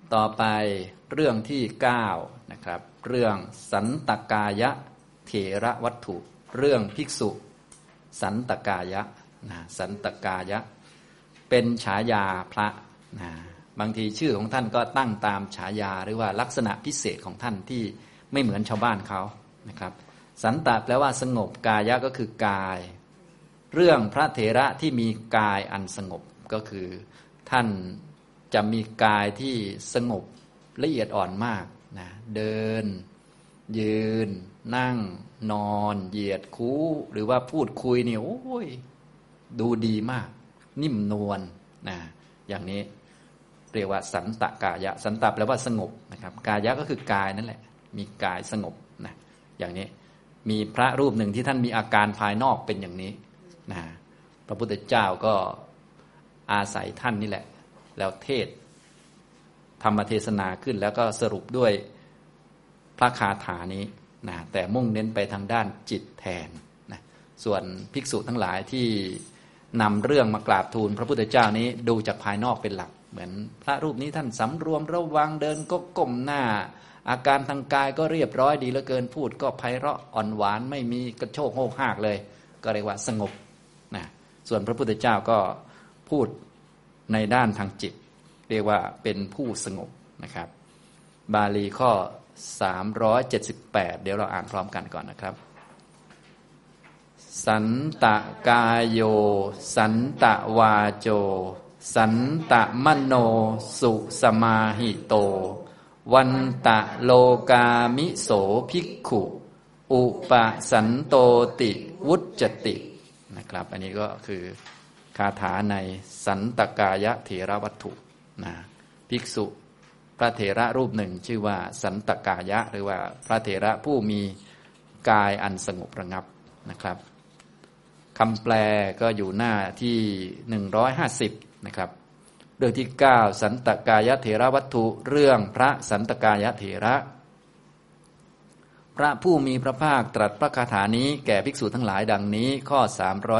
ต่อไปเรื่องที่9นะครับเรื่องสันตกายะเถระวัตถุเรื่องภิกษุสันตกายะนะสันตกายะเป็นฉายาพระนะบางทีชื่อของท่านก็ตั้งตามฉายาหรือว่าลักษณะพิเศษของท่านที่ไม่เหมือนชาวบ้านเขานะครับสันตะแปลว่าสงบกายะก็คือกายเรื่องพระเถระที่มีกายอันสงบก็คือท่านจะมีกายที่สงบละเอียดอ่อนมากนะเดินยืนนั่งนอนเหยียดคู้หรือว่าพูดคุยนี่โอ้ยดูดีมากนิ่มนวลนะอย่างนี้เรียกว่าสันตกายะสันตะแปลว่าสงบนะครับกายะก็คือกายนั่นแหละมีกายสงบนะอย่างนี้มีพระรูปหนึ่งที่ท่านมีอาการภายนอกเป็นอย่างนี้นะพระพุทธเจ้าก็อาศัยท่านนี่แหละแล้วเทศธรรมเทศนาขึ้นแล้วก็สรุปด้วยพระคาถานี้นะแต่มุ่งเน้นไปทางด้านจิตแทนนะส่วนภิกษุทั้งหลายที่นำเรื่องมากราบทูลพระพุทธเจ้านี้ดูจากภายนอกเป็นหลักเหมือนพระรูปนี้ท่านสำรวมระวังเดินก็ก้มหน้าอาการทางกายก็เรียบร้อยดีเหลือเกินพูดก็ไพเราะอ่อนหวานไม่มีกระโชกโหกหากเลยก็เรียกว่าสงบนะส่วนพระพุทธเจ้าก็พูดในด้านทางจิตเรียกว่าเป็นผู้สงบนะครับบาลีข้อ378เดี๋ยวเราอ่านพร้อมกันก่อนนะครับสันตกายโยสันตวาโจสันตมโนสุสมาหิโตวันตะโลกามิโสภิกขุอุปสันโตติวุจจตินะครับอันนี้ก็คือคาถาในสันตกายะเถระวัตถุนะภิกษุพระเถระรูปหนึ่งชื่อว่าสันตกายะหรือว่าพระเถระผู้มีกายอันสงบระงับนะครับคำแปลก็อยู่หน้าที่150นะครับเรื่องที่9สันตกายะเถระวัตถุเรื่องพระสันตกายะเถระพระผู้มีพระภาคตรัสพระคาถานี้แก่ภิกษุทั้งหลายดังนี้ข้อ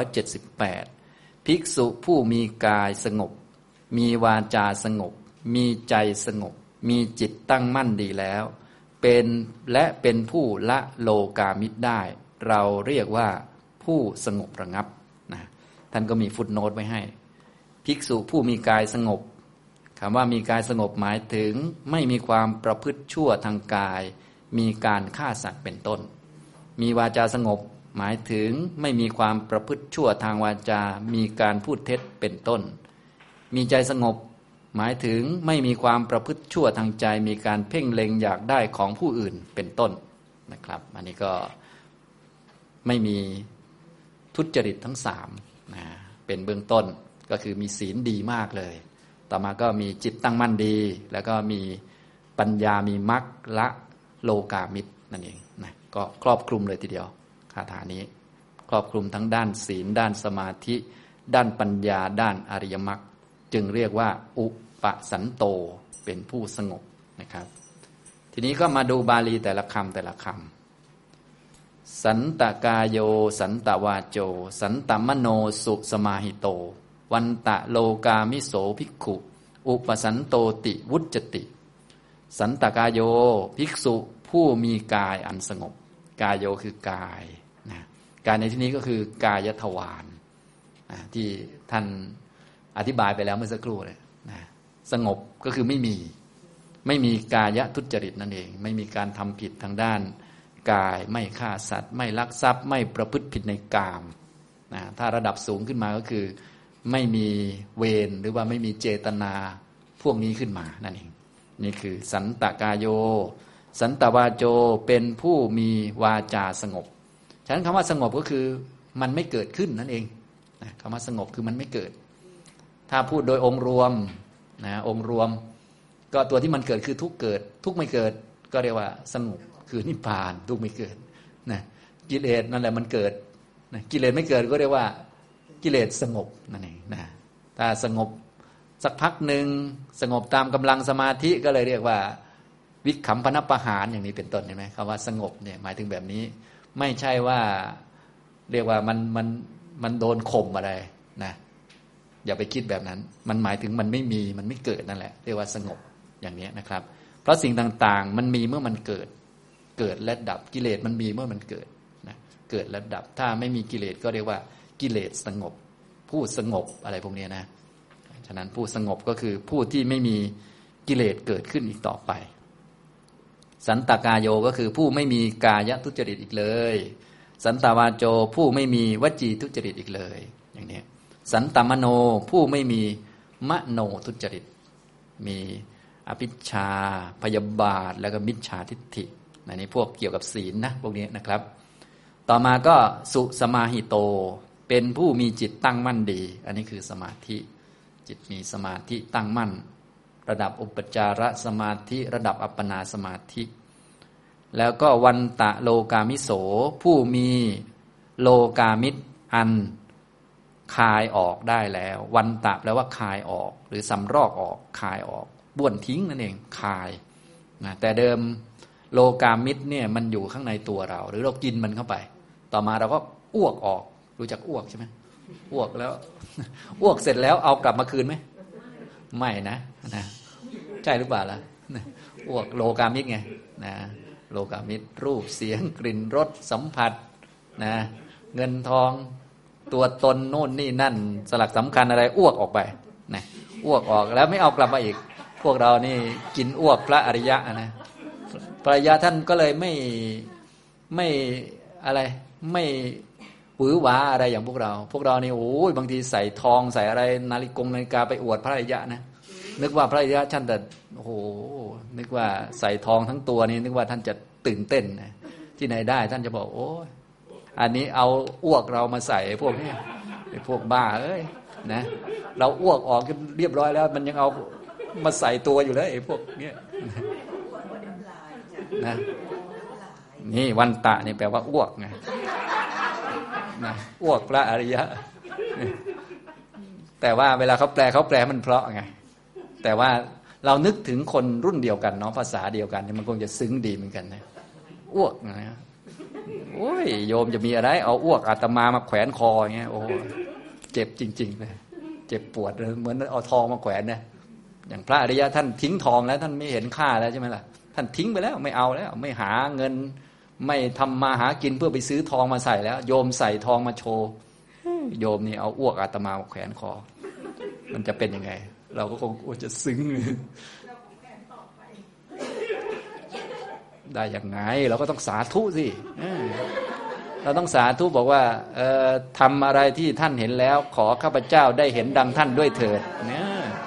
378ภิกษุผู้มีกายสงบมีวาจาสงบมีใจสงบมีจิตตั้งมั่นดีแล้วเป็นผู้ละโลกามิตรได้เราเรียกว่าผู้สงบระงับนะท่านก็มีฟุตโนตไว้ให้ภิกษุผู้มีกายสงบคำว่ามีกายสงบหมายถึงไม่มีความประพฤติชั่วทางกายมีการฆ่าสัตว์เป็นต้นมีวาจาสงบหมายถึงไม่มีความประพฤติชั่วทางวาจามีการพูดเท็จเป็นต้นมีใจสงบหมายถึงไม่มีความประพฤติชั่วทางใจมีการเพ่งเล็งอยากได้ของผู้อื่นเป็นต้นนะครับอันนี้ก็ไม่มีทุจริตทั้ง3นะเป็นเบื้องต้นก็คือมีศีลดีมากเลยต่อมาก็มีจิตตั้งมั่นดีแล้วก็มีปัญญามีมรรคละโลกามิตรนั่นเองนะก็ครอบคลุมเลยทีเดียวคาถานี้ครอบคลุมทั้งด้านศีลด้านสมาธิด้านปัญญาด้านอริยมรรคจึงเรียกว่าอุปสันโตเป็นผู้สงบนะครับทีนี้ก็มาดูบาลีแต่ละคำแต่ละคำสันตกายโยสันตวาโจสันตมโนสุสมาหิโตวันตะโลกามิโสภิกขุอุปสันโตติวุจจติสันตกายโยภิกษุผู้มีกายอันสงบกายโยคือกายนะกายในที่นี้ก็คือกายทวารที่ท่านอธิบายไปแล้วเมื่อสักครู่เลยนะสงบก็คือไม่มีกายทุจริตนั่นเองไม่มีการทำผิดทางด้านกายไม่ฆ่าสัตว์ไม่ลักทรัพย์ไม่ประพฤติผิดในกามนะถ้าระดับสูงขึ้นมาก็คือไม่มีเวรหรือว่าไม่มีเจตนาพวกนี้ขึ้นมานั่นเองนี่คือสันตกายโยสันตวาโจเป็นผู้มีวาจาสงบฉะนั้นคำว่าสงบก็คือมันไม่เกิดขึ้นนั่นเองนะคำว่าสงบคือมันไม่เกิดถ้าพูดโดยองค์รวมนะองค์รวมก็ตัวที่มันเกิดคือทุกข์เกิดทุกข์ไม่เกิดก็เรียกว่าสงบคือนิพพานทุกข์ไม่เกิดนะกิเลสนั่นแหละมันเกิดนะกิเลสไม่เกิดก็เรียกว่ากิเลสสงบนั่นเองนะถ้าสงบสักพักหนึ่งสงบตามกำลังสมาธิก็เลยเรียกว่าวิคัมภนปหารอย่างนี้เป็นต้นใช่ไหมคำว่าสงบเนี่ยหมายถึงแบบนี้ไม่ใช่ว่าเรียกว่ามันโดนข่มอะไรนะอย่าไปคิดแบบนั้นมันหมายถึงมันไม่มีมันไม่เกิดนั่นแหละเรียกว่าสงบอย่างนี้นะครับเพราะสิ่งต่างๆมันมีเมื่อมันเกิดและดับกิเลสมันมีเมื่อมันเกิดนะเกิดและดับถ้าไม่มีกิเลสก็เรียกว่ากิเลสสงบผู้สงบอะไรพวกนี้นะฉะนั้นผู้สงบก็คือผู้ที่ไม่มีกิเลสเกิดขึ้นอีกต่อไปสันตกายโยก็คือผู้ไม่มีกายทุจริตอีกเลยสันตวาโจผู้ไม่มีวจีทุจริตอีกเลยอย่างนี้สันตมโนผู้ไม่มีมโนทุจริตมีอภิชฌาพยาบาทแล้วก็มิจฉาทิฏฐิอันนี้พวกเกี่ยวกับศีลนะพวกนี้นะครับต่อมาก็สุสมาหิโตเป็นผู้มีจิตตั้งมั่นดีอันนี้คือสมาธิจิตมีสมาธิตั้งมั่นระดับอุปจารสมาธิระดับอัปปนาสมาธิแล้วก็วันตะโลกามิโสผู้มีโลกามิตรอันคายออกได้แล้ววันตะแปลว่าคายออกหรือสำรอกออกคายออกบ้วนทิ้งนั่นเองคายนะแต่เดิมโลกามิตรเนี่ยมันอยู่ข้างในตัวเราหรือเรากินมันเข้าไปต่อมาเราก็อ้วกออกรู้จักอ้วกใช่ไหมอ้วกแล้วอ้วกเสร็จแล้วเอากลับมาคืนไหมไม่นะใช่หรือเปล่าล่ะอ้วกโลกามิตรไงนะโลกามิตรรูปเสียงกลิ่นรสสัมผัสนะเงินทองตัวตนโน่นนี่นั่นสลักสำคัญอะไรอ้วกออกไปนะอ้วกออกแล้วไม่เอากลับมาอีกพวกเรานี่กินอ้วกพระอริยะนะพระอริยะท่านก็เลยไม่อะไรไม่หวือหวาอะไรอย่างพวกเรานี่โอ้ยบางทีใส่ทองใส่อะไรนาฬิกาไปอวดพระอริยะนะนึกว่าพระอริยะท่านแต่โอ้โหนึกว่าใส่ทองทั้งตัวนี่นึกว่าท่านจะตื่นเต้นนะที่ไหนได้ท่านจะบอกโอ้ยอันนี้เอาอ้วกเรามาใส่พวกนี้ไอ้พวกบ้าเอ้ยนะเราอ้วกออกเรียบร้อยแล้วมันยังเอามาใส่ตัวอยู่เลยไอ้พวกเนี้ยนะนี่วันตะนี่แปลว่าอ้วกไงนะอ้วกพระอริยะแต่ว่าเวลาเขาแปลมันเพราะไงแต่ว่าเรานึกถึงคนรุ่นเดียวกันเนาะภาษาเดียวกันมันคงจะซึ้งดีเหมือนกันนะอ้วกนะโอ้ยโยมจะมีอะไรเอาอ้วกอาตมามาแขวนคออย่างเงี้ยโอ้เจ็บจริงๆเลยเจ็บปวดเหมือนเอาทองมาแขวนนะอย่างพระอริยะท่านทิ้งทองแล้วท่านไม่เห็นค่าแล้วใช่ไหมล่ะท่านทิ้งไปแล้วไม่เอาแล้วไม่หาเงินไม่ทำมาหากินเพื่อไปซื้อทองมาใส่แล้วโยมใส่ทองมาโชว์โยมนี่เอาอ้วกอาตมาแขวนคอมันจะเป็นยังไงเราก็คงจะซึ้งได้ยังไงเราก็ต้องสาธุสิเราต้องสาธุบอกว่าทำอะไรที่ท่านเห็นแล้วขอข้าพเจ้าได้เห็นดังท่านด้วยเถิดเนี่ย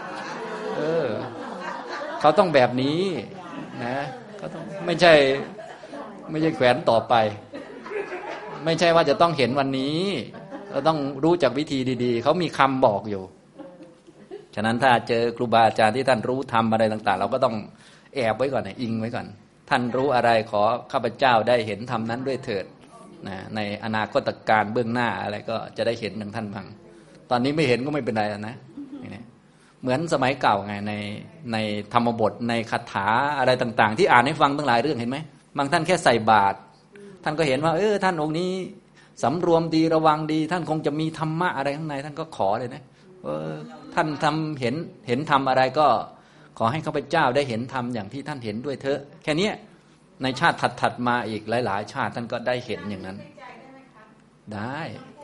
เขาต้องแบบนี้นะเขาต้องไม่ใช่แขวนต่อไปไม่ใช่ว่าจะต้องเห็นวันนี้เราต้องรู้จักวิธีดีๆเขามีคำบอกอยู่ฉะนั้นถ้าเจอครูบาอาจารย์ที่ท่านรู้ทำอะไรต่างๆเราก็ต้องแอบไว้ก่อนอิงไว้ก่อนท่านรู้อะไรขอข้าพเจ้าได้เห็นธรรมนั้นด้วยเถิดนะในอนาคตการเบื้องหน้าอะไรก็จะได้เห็นดังท่านบ้างตอนนี้ไม่เห็นก็ไม่เป็นไรนะเหมือนสมัยเก่าไงในธรรมบทในคาถาอะไรต่างๆที่อ่านให้ฟังตั้งหลายเรื่องเห็นไหมบางท่านแค่ใส่บาตรท่านก็เห็นว่าท่านองค์นี้สำรวมดีระวังดีท่านคงจะมีธรรมะอะไรข้างในท่านก็ขอเลยนะท่านทำเห็นทำอะไรก็ขอให้ข้าพเจ้าได้เห็นธรรมอย่างที่ท่านเห็นด้วยเถอะแค่นี้ในชาติถัดมาอีกหลายๆชาติท่านก็ได้เห็นอย่างนั้นได้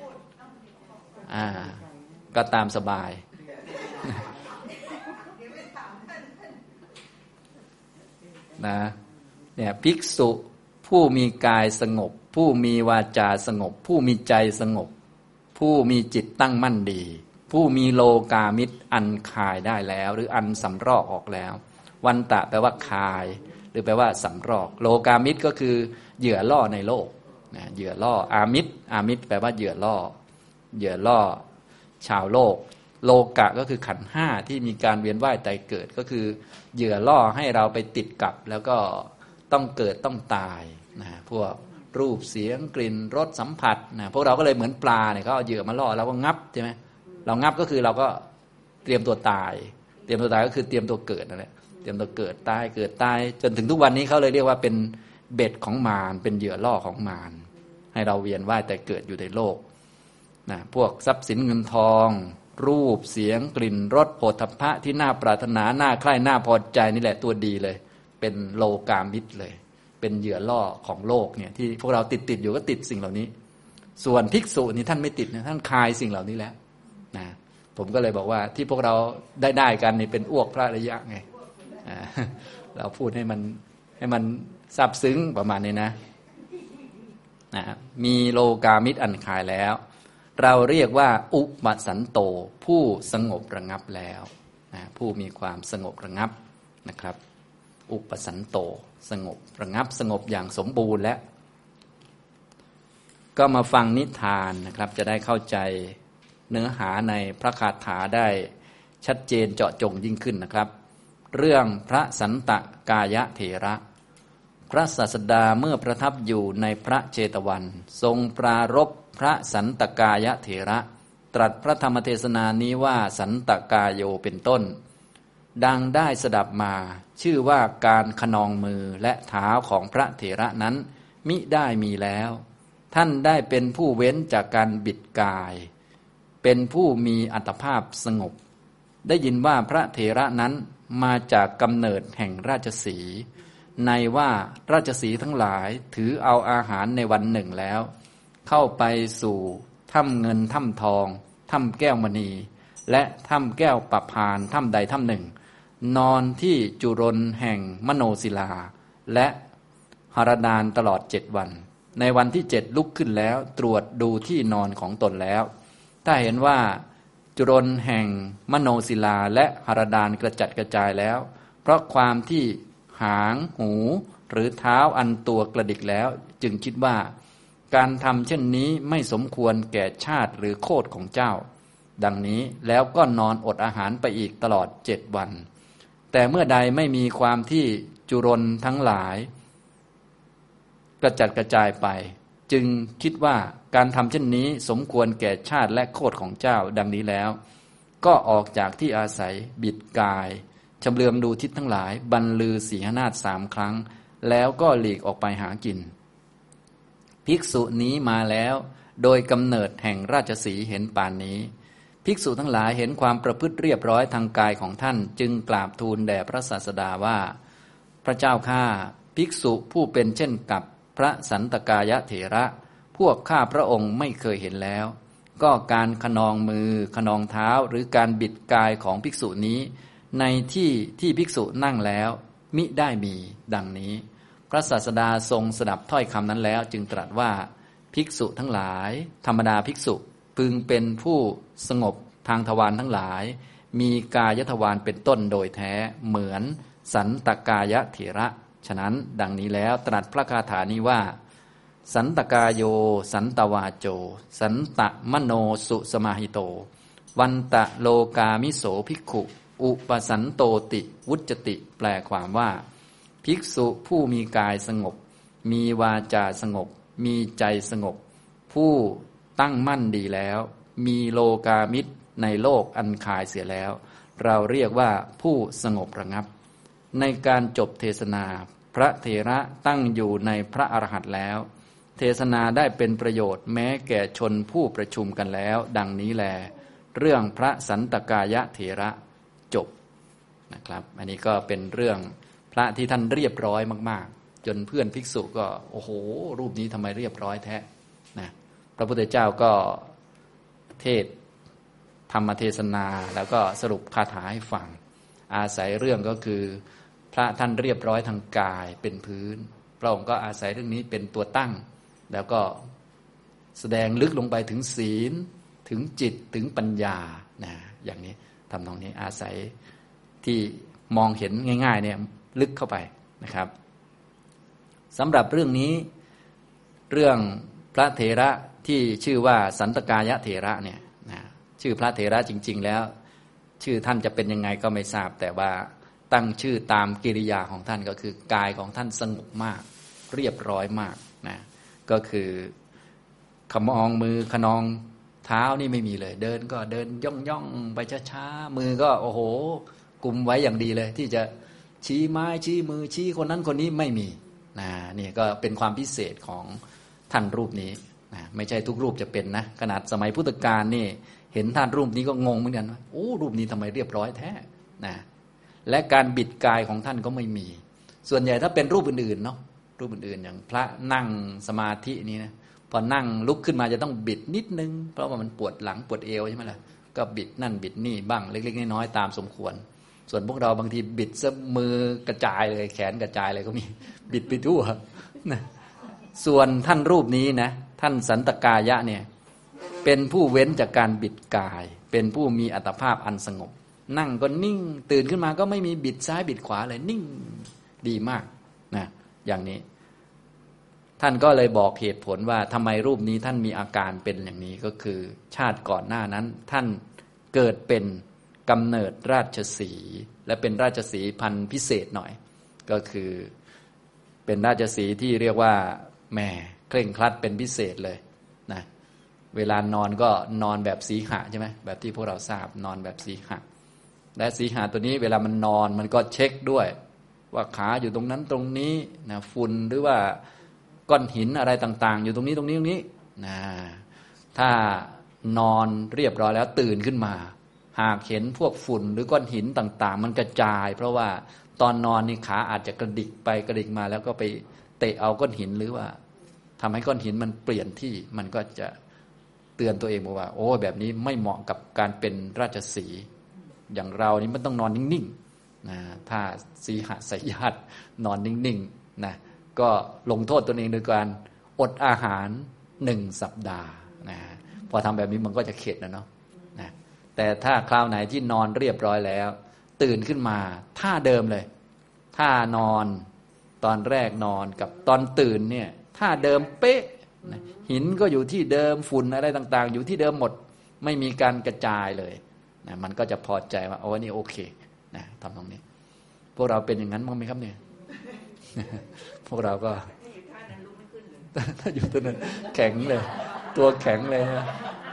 ก็ตามสบายนะเนี่ยภิกษุผู้มีกายสงบผู้มีวาจาสงบผู้มีใจสงบผู้มีจิตตั้งมั่นดีผู้มีโลกามิตรอันคายได้แล้วหรืออันสำรอกออกแล้ววันตะแปลว่าคายหรือแปลว่าสำรอกโลกามิตรก็คือเหยื่อล่อในโลกนะเหยื่อล่ออามิตรแปลว่าเหยื่อล่อชาวโลกโลกะก็คือขันธ์ห้าที่มีการเวียนว่ายตายเกิดก็คือเหยื่อล่อให้เราไปติดกับแล้วก็ต้องเกิดต้องตายนะพวกรูปเสียงกลิ่นรสสัมผัสนะพวกเราก็เลยเหมือนปลาเนี่ยเขาเอาเหยื่อมาล่อเราก็งับใช่ไหมเรางับก็คือเราก็เตรียมตัวตายก็คือเตรียมตัวเกิดนั่นแหละเตรียมตัวเกิดตายจนถึงทุกวันนี้เขาเลยเรียกว่าเป็นเบ็ดของมารเป็นเหยื่อล่อของมารให้เราเวียนว่ายแต่เกิดอยู่ในโลกนะพวกทรัพย์สินเงินทองรูปเสียงกลิ่นรสโผฏฐัพพะที่น่าปรารถนาน่าใคร่น่าพอใจนี่แหละตัวดีเลยเป็นโลกามิตรเลยเป็นเหยื่อล่อของโลกเนี่ยที่พวกเราติดอยู่ก็ติดสิ่งเหล่านี้ส่วนภิกษุนี่ท่านไม่ติดนะท่านคลายสิ่งเหล่านี้แล้วนะผมก็เลยบอกว่าที่พวกเราได้กันนี่เป็นอ้วกพระอริยะไงเราพูดให้มันซาบซึ้งประมาณนี้นะมีโลกามิตรอันคลายแล้วเราเรียกว่าอุปสันโตผู้สงบระงับแล้วนะผู้มีความสงบระงับนะครับอุปสันโตสงบระงับสงบอย่างสมบูรณ์แล้วก็มาฟังนิทานนะครับจะได้เข้าใจเนื้อหาในพระคาถาได้ชัดเจนเจาะจงยิ่งขึ้นนะครับเรื่องพระสันตกายเถระพระศาสดาเมื่อประทับอยู่ในพระเจตวันทรงปรารภพระสันตกายเถระตรัสพระธรรมเทศนานี้ว่าสันตกายโยเป็นต้นดังได้สดับมาชื่อว่าการขนองมือและเท้าของพระเถระนั้นมิได้มีแล้วท่านได้เป็นผู้เว้นจากการบิดกายเป็นผู้มีอัตภาพสงบได้ยินว่าพระเถระนั้นมาจากกำเนิดแห่งราชสีห์ในว่าราชสีห์ทั้งหลายถือเอาอาหารในวันหนึ่งแล้วเข้าไปสู่ถ้ำเงินถ้ำทองถ้ำแก้วมณีและถ้ำแก้วปพานถ้ำใดถ้ำหนึ่งนอนที่จุรนแห่งมโนศิลาและหรดานตลอด7 วันในวันที่7ลุกขึ้นแล้วตรวจดูที่นอนของตนแล้วถ้าเห็นว่าจุรนแห่งมโนศิลาและหรดานกระจัดกระจายแล้วเพราะความที่หางหูหรือเท้าอันตัวกระดิกแล้วจึงคิดว่าการทำเช่นนี้ไม่สมควรแก่ชาติหรือโคตรของเจ้าดังนี้แล้วก็นอนอดอาหารไปอีกตลอด7 วันแต่เมื่อใดไม่มีความที่จุรนทั้งหลายกระจัดกระจายไปจึงคิดว่าการทำเช่นนี้สมควรแก่ชาติและโคตรของเจ้าดังนี้แล้วก็ออกจากที่อาศัยบิดกายชำเลืองดูทิศทั้งหลายบรรลือสีหนาฏ3 ครั้งแล้วก็หลีกออกไปหากินภิกษุนี้มาแล้วโดยกำเนิดแห่งราชสีห์เห็นป่านนี้ภิกษุทั้งหลายเห็นความประพฤติเรียบร้อยทางกายของท่านจึงกราบทูลแด่พระศาสดาว่าพระเจ้าข้าภิกษุผู้เป็นเช่นกับพระสันตกายเถระพวกข้าพระองค์ไม่เคยเห็นแล้วก็การขนองมือขนองเท้าหรือการบิดกายของภิกษุนี้ในที่ที่ภิกษุนั่งแล้วมิได้มีดังนี้พระศาสดาทรงสดับถ้อยคำนั้นแล้วจึงตรัสว่าภิกษุทั้งหลายธรรมดาภิกษุพึงเป็นผู้สงบทางทวารทั้งหลายมีกายทวารเป็นต้นโดยแท้เหมือนสันตกายเถระฉะนั้นดังนี้แล้วตรัสพระคาถานี้ว่าสันตกายโยสันตวาโจสันตมโนสุสมาหิโตวันตะโลกามิโสภิกขุอุปสันโตติวุจติแปลความว่าภิกษุผู้มีกายสงบมีวาจาสงบมีใจสงบผู้ตั้งมั่นดีแล้วมีโลกามิตรในโลกอันคายเสียแล้วเราเรียกว่าผู้สงบระงับในการจบเทศนาพระเถระตั้งอยู่ในพระอรหันต์แล้วเทศนาได้เป็นประโยชน์แม้แก่ชนผู้ประชุมกันแล้วดังนี้แลเรื่องพระสันตกายเถระจบนะครับอันนี้ก็เป็นเรื่องพระที่ท่านเรียบร้อยมากๆจนเพื่อนภิกษุก็โอ้โหรูปนี้ทำไมเรียบร้อยแท้นะพระพุทธเจ้าก็เทศธรรมเทศนาแล้วก็สรุปคาถาให้ฟังอาศัยเรื่องก็คือพระท่านเรียบร้อยทางกายเป็นพื้นพระองค์ก็อาศัยเรื่องนี้เป็นตัวตั้งแล้วก็แสดงลึกลงไปถึงศีลถึงจิตถึงปัญญานะอย่างนี้ทำตรงนี้อาศัยที่มองเห็นง่ายๆเนี่ยลึกเข้าไปนะครับสำหรับเรื่องนี้เรื่องพระเถระที่ชื่อว่าสันตกายเถระเนี่ยนะชื่อพระเถระจริงๆแล้วชื่อท่านจะเป็นยังไงก็ไม่ทราบแต่ว่าตั้งชื่อตามกิริยาของท่านก็คือกายของท่านสงบมากเรียบร้อยมากนะก็คือขมองมือขนองเท้านี่ไม่มีเลยเดินก็เดินย่องๆไปช้าๆมือก็โอ้โหกุมไว้อย่างดีเลยที่จะชี้ไม้ชี้มือชี้คนนั้นคนนี้ไม่มีนะนี่ก็เป็นความพิเศษของท่านรูปนี้นะไม่ใช่ทุกรูปจะเป็นนะขนาดสมัยพุทธกาลนี่ห็นท่านรูปนี้ก็งงเหมือนกันว่าโอ้รูปนี้ทำไมเรียบร้อยแท้นะและการบิดกายของท่านก็ไม่มีส่วนใหญ่ถ้าเป็นรูปอื่นๆเนาะรูปอื่นๆอย่างพระนั่งสมาธินี้นะพอนั่งลุกขึ้นมาจะต้องบิดนิดนึงเพราะว่ามันปวดหลังปวดเอวใช่ไหมล่ะก็บิดนั่นบิดนี่บ้างเล็กๆน้อยๆตามสมควรส่วนพวกเราบางทีบิดซะมือกระจายเลยแขนกระจายเลยก็มีบิดไปทั่วนะส่วนท่านรูปนี้นะท่านสันตกายะเนี่ยเป็นผู้เว้นจากการบิดกายเป็นผู้มีอัตภาพอันสงบนั่งก็นิ่งตื่นขึ้นมาก็ไม่มีบิดซ้ายบิดขวาเลยนิ่งดีมากนะอย่างนี้ท่านก็เลยบอกเหตุผลว่าทำไมรูปนี้ท่านมีอาการเป็นอย่างนี้ก็คือชาติก่อนหน้านั้นท่านเกิดเป็นกำเนิดราชสีห์และเป็นราชสีห์พันธุ์พิเศษหน่อยก็คือเป็นราชสีห์ที่เรียกว่าแหมเคร่งครัดเป็นพิเศษเลยนะเวลานอนก็นอนแบบสีหะใช่ไหมแบบที่พวกเราทราบนอนแบบสีหะและสีหะตัวนี้เวลามันนอนมันก็เช็คด้วยว่าขาอยู่ตรงนั้นตรงนี้นะฝุ่นหรือว่าก้อนหินอะไรต่างๆอยู่ตรงนี้ตรงนี้ตรงนี้นะถ้านอนเรียบร้อยแล้วตื่นขึ้นมาหากเห็นพวกฝุ่นหรือก้อนหินต่างๆมันกระจายเพราะว่าตอนนอนนี่ขาอาจจะกระดิกไปกระดิกมาแล้วก็ไปเตะเอาก้อนหินหรือว่าทำให้ก้อนหินมันเปลี่ยนที่มันก็จะเตือนตัวเองบอกว่าโอ้แบบนี้ไม่เหมาะกับการเป็นราชสีห์อย่างเรานี่มันต้องนอนนิ่งๆนะถ้าสีหสยญาตินอนนิ่งๆนะก็ลงโทษตัวเองโดยการอดอาหาร1 สัปดาห์นะพอทำแบบนี้มันก็จะเข็ดนะเนาะนะแต่ถ้าคราวไหนที่นอนเรียบร้อยแล้วตื่นขึ้นมาท่าเดิมเลยท่านอนตอนแรกนอนกับตอนตื่นเนี่ยท่าเดิมเป๊ะนะหินก็อยู่ที่เดิมฝุ่นอะไรต่างๆอยู่ที่เดิมหมดไม่มีการกระจายเลยนะมันก็จะพอใจว่าโอ้นี่โอเคนะทำตรงนี้พวกเราเป็นอย่างนั้นบ้างไหมครับเนี่ย พวกเราก็ถ้าอยู่ตัวนั้นแข็งเลยตัวแข็งเลยนะ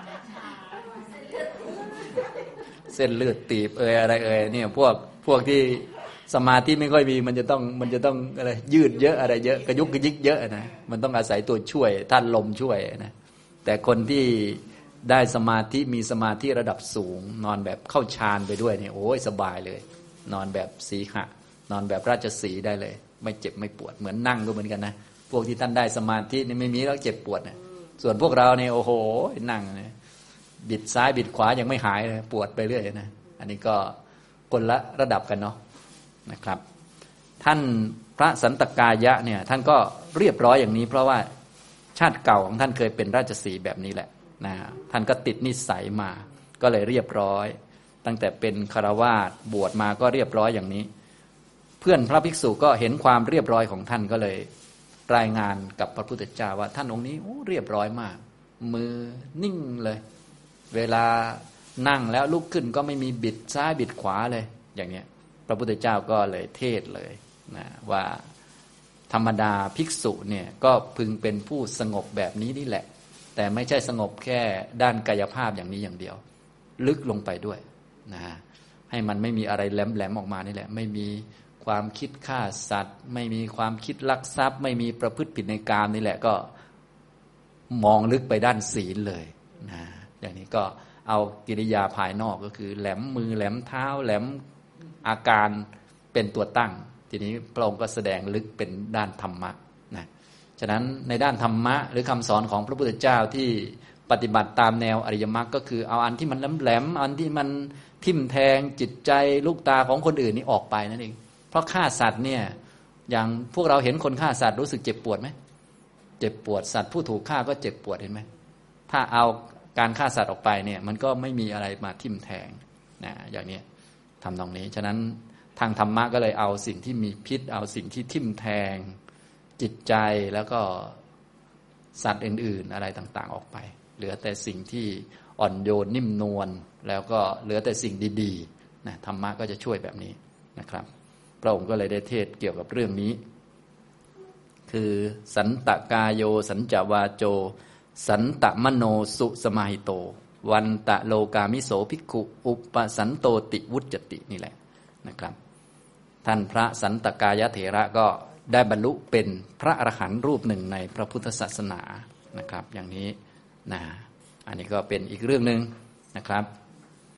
เส้นเลือดตีบอะไรเนี่ยพวกที่สมาธิไม่ค่อยมีมันจะต้องอะไรยืดเยอะอะไรเยอะกระยุกกระยิกเยอะนะมันต้องอาศัยตัวช่วยท่านลมช่วยนะแต่คนที่ได้สมาธิมีสมาธิระดับสูงนอนแบบเข้าฌานไปด้วยเนี่ยโอ้ยสบายเลยนอนแบบสีหะนอนแบบราชสีห์ได้เลยไม่เจ็บไม่ปวดเหมือนนั่งก็เหมือนกันนะพวกที่ท่านได้สมาธินี่ไม่มีแล้วเจ็บปวดนะส่วนพวกเราเนี่ยโอ้โหนั่งเนี่ยบิดซ้ายบิดขวายังไม่หายเลยปวดไปเรื่อยนะอันนี้ก็คนละระดับกันเนาะนะครับท่านพระสันตกายะเนี่ยท่านก็เรียบร้อยอย่างนี้เพราะว่าชาติเก่าของท่านเคยเป็นราชสีห์แบบนี้แหละนะท่านก็ติดนิสัยมาก็เลยเรียบร้อยตั้งแต่เป็นฆราวาสบวชมาก็เรียบร้อยอย่างนี้เพื่อนพระภิกษุก็เห็นความเรียบร้อยของท่านก็เลยรายงานกับพระพุทธเจ้าว่าท่านองค์นี้เรียบร้อยมากมือนิ่งเลยเวลานั่งแล้วลุกขึ้นก็ไม่มีบิดซ้ายบิดขวาเลยอย่างนี้พระพุทธเจ้าก็เลยเทศเลยนะว่าธรรมดาภิกษุเนี่ยก็พึงเป็นผู้สงบแบบนี้นี่แหละแต่ไม่ใช่สงบแค่ด้านกายภาพอย่างนี้อย่างเดียวลึกลงไปด้วยนะให้มันไม่มีอะไรแหลมๆออกมานี่แหละไม่มีความคิดฆ่าสัตว์ไม่มีความคิดลักทรัพย์ไม่มีประพฤติผิดในกามนี่แหละก็มองลึกไปด้านศีลเลยนะอย่างนี้ก็เอากิริยาภายนอกก็คือแหลมมือแหลมเท้าแหลมอาการเป็นตัวตั้งทีนี้พระองค์ก็แสดงลึกเป็นด้านธรรมะนะฉะนั้นในด้านธรรมะหรือคำสอนของพระพุทธเจ้าที่ปฏิบัติตามแนวอริยมรรคก็คือเอาอันที่มันแหลมอันที่มันทิ่มแทงจิตใจลูกตาของคนอื่นนี่ออกไปนั่นเองเพราะฆ่าสัตว์เนี่ยอย่างพวกเราเห็นคนฆ่าสัตว์รู้สึกเจ็บปวดไหมเจ็บปวดสัตว์ผู้ถูกฆ่าก็เจ็บปวดเห็นไหมถ้าเอาการฆ่าสัตว์ออกไปเนี่ยมันก็ไม่มีอะไรมาทิ่มแทงนะอย่างนี้ทำตรงนี้ฉะนั้นทางธรรมะก็เลยเอาสิ่งที่มีพิษเอาสิ่งที่ทิ่มแทงจิตใจแล้วก็สัตว์อื่นๆอะไรต่างๆออกไปเหลือแต่สิ่งที่อ่อนโยนนิ่มนวลแล้วก็เหลือแต่สิ่งดีๆนะธรรมะก็จะช่วยแบบนี้นะครับพระองค์ก็เลยได้เทศเกี่ยวกับเรื่องนี้คือสันตกายโยสัญจวาโจสันตมโนสุสมาหิโตวันตะโลกามิโสภิกขุอุปสันโตติวุจจตินี่แหละนะครับท่านพระสันตกายเถระก็ได้บรรลุเป็นพระอรหันต์รูปหนึ่งในพระพุทธศาสนานะครับอย่างนี้นะอันนี้ก็เป็นอีกเรื่องนึงนะครับ